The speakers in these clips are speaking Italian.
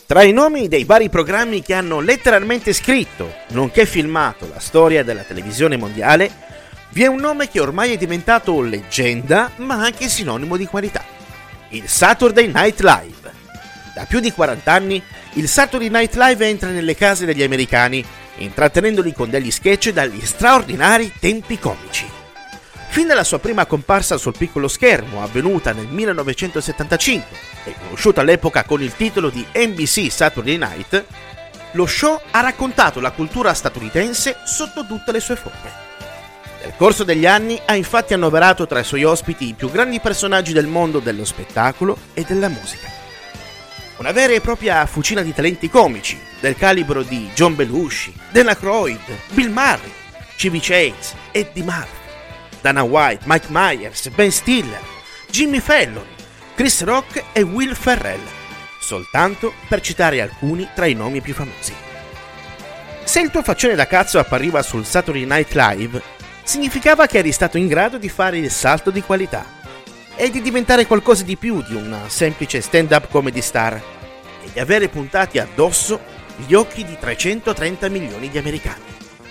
Tra i nomi dei vari programmi che hanno letteralmente scritto, nonché filmato la storia della televisione mondiale, vi è un nome che ormai è diventato leggenda, ma anche sinonimo di qualità: il Saturday Night Live. Da più di 40 anni, il Saturday Night Live entra nelle case degli americani, intrattenendoli con degli sketch dagli straordinari tempi comici. Fin dalla sua prima comparsa sul piccolo schermo, avvenuta nel 1975 e conosciuta all'epoca con il titolo di NBC Saturday Night, lo show ha raccontato la cultura statunitense sotto tutte le sue forme. Nel corso degli anni ha infatti annoverato tra i suoi ospiti i più grandi personaggi del mondo dello spettacolo e della musica. Una vera e propria fucina di talenti comici, del calibro di John Belushi, Dan Aykroyd, Bill Murray, Chevy Chase, Eddie Murphy, Dana White, Mike Myers, Ben Stiller, Jimmy Fallon, Chris Rock e Will Ferrell, soltanto per citare alcuni tra i nomi più famosi. Se il tuo faccione da cazzo appariva sul Saturday Night Live, significava che eri stato in grado di fare il salto di qualità e di diventare qualcosa di più di una semplice stand-up comedy star e di avere puntati addosso gli occhi di 330 milioni di americani.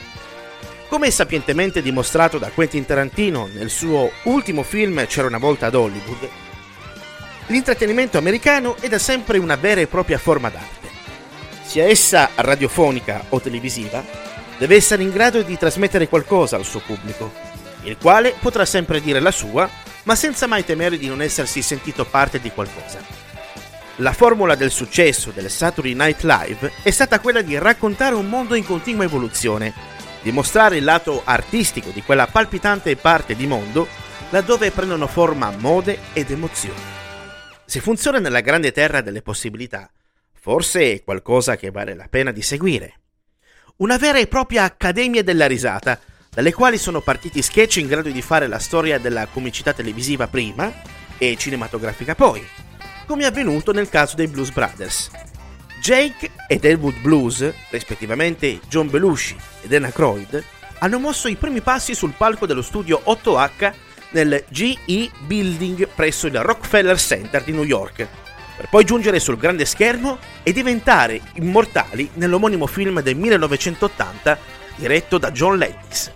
Come sapientemente dimostrato da Quentin Tarantino nel suo ultimo film C'era una volta ad Hollywood, l'intrattenimento americano è da sempre una vera e propria forma d'arte. Sia essa radiofonica o televisiva, deve essere in grado di trasmettere qualcosa al suo pubblico, il quale potrà sempre dire la sua, ma senza mai temere di non essersi sentito parte di qualcosa. La formula del successo del Saturday Night Live è stata quella di raccontare un mondo in continua evoluzione, dimostrare il lato artistico di quella palpitante parte di mondo laddove prendono forma mode ed emozioni. Se funziona nella grande terra delle possibilità, forse è qualcosa che vale la pena di seguire. Una vera e propria accademia della risata, dalle quali sono partiti sketch in grado di fare la storia della comicità televisiva prima e cinematografica poi, come è avvenuto nel caso dei Blues Brothers. Jake ed Elwood Blues, rispettivamente John Belushi e Dan Aykroyd, hanno mosso i primi passi sul palco dello studio 8H nel GE Building presso il Rockefeller Center di New York, per poi giungere sul grande schermo e diventare immortali nell'omonimo film del 1980 diretto da John Landis.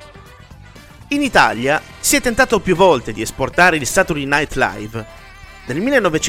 In Italia si è tentato più volte di esportare il Saturday Night Live. Nel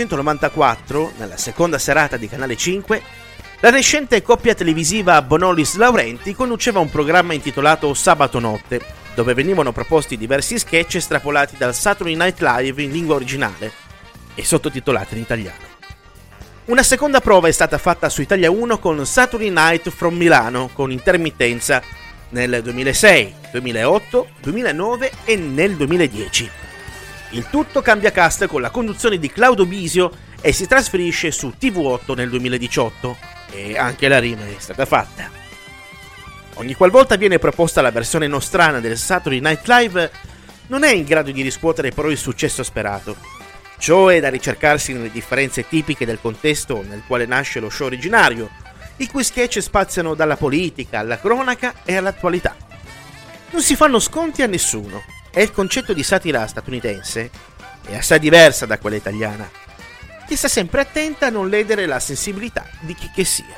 1994, nella seconda serata di Canale 5, la nascente coppia televisiva Bonolis-Laurenti conduceva un programma intitolato Sabato Notte, dove venivano proposti diversi sketch estrapolati dal Saturday Night Live in lingua originale e sottotitolati in italiano. Una seconda prova è stata fatta su Italia 1 con Saturday Night from Milano, con intermittenza nel 2006, 2008, 2009 e nel 2010. Il tutto cambia cast con la conduzione di Claudio Bisio e si trasferisce su TV8 nel 2018 e anche la rima è stata fatta. Ogni qualvolta viene proposta la versione nostrana del Saturday Night Live non è in grado di riscuotere però il successo sperato. Ciò è da ricercarsi nelle differenze tipiche del contesto nel quale nasce lo show originario, i cui sketch spaziano dalla politica alla cronaca e all'attualità. Non si fanno sconti a nessuno e il concetto di satira statunitense è assai diversa da quella italiana, che sta sempre attenta a non ledere la sensibilità di chi che sia.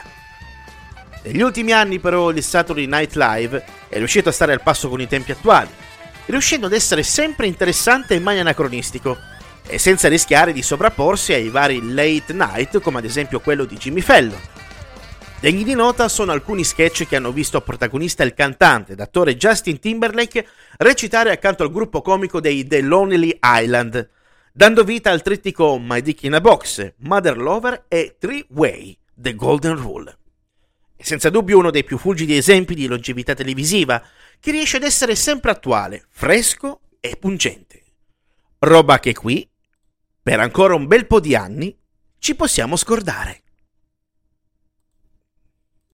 Negli ultimi anni però il Saturday Night Live è riuscito a stare al passo con i tempi attuali, riuscendo ad essere sempre interessante e mai anacronistico, e senza rischiare di sovrapporsi ai vari late night come ad esempio quello di Jimmy Fallon. Degni di nota sono alcuni sketch che hanno visto protagonista il cantante ed attore Justin Timberlake recitare accanto al gruppo comico dei The Lonely Island, dando vita al trittico My Dick in a Box, Mother Lover e Three Way, The Golden Rule. È senza dubbio uno dei più fulgidi esempi di longevità televisiva, che riesce ad essere sempre attuale, fresco e pungente. Roba che qui, per ancora un bel po' di anni, ci possiamo scordare.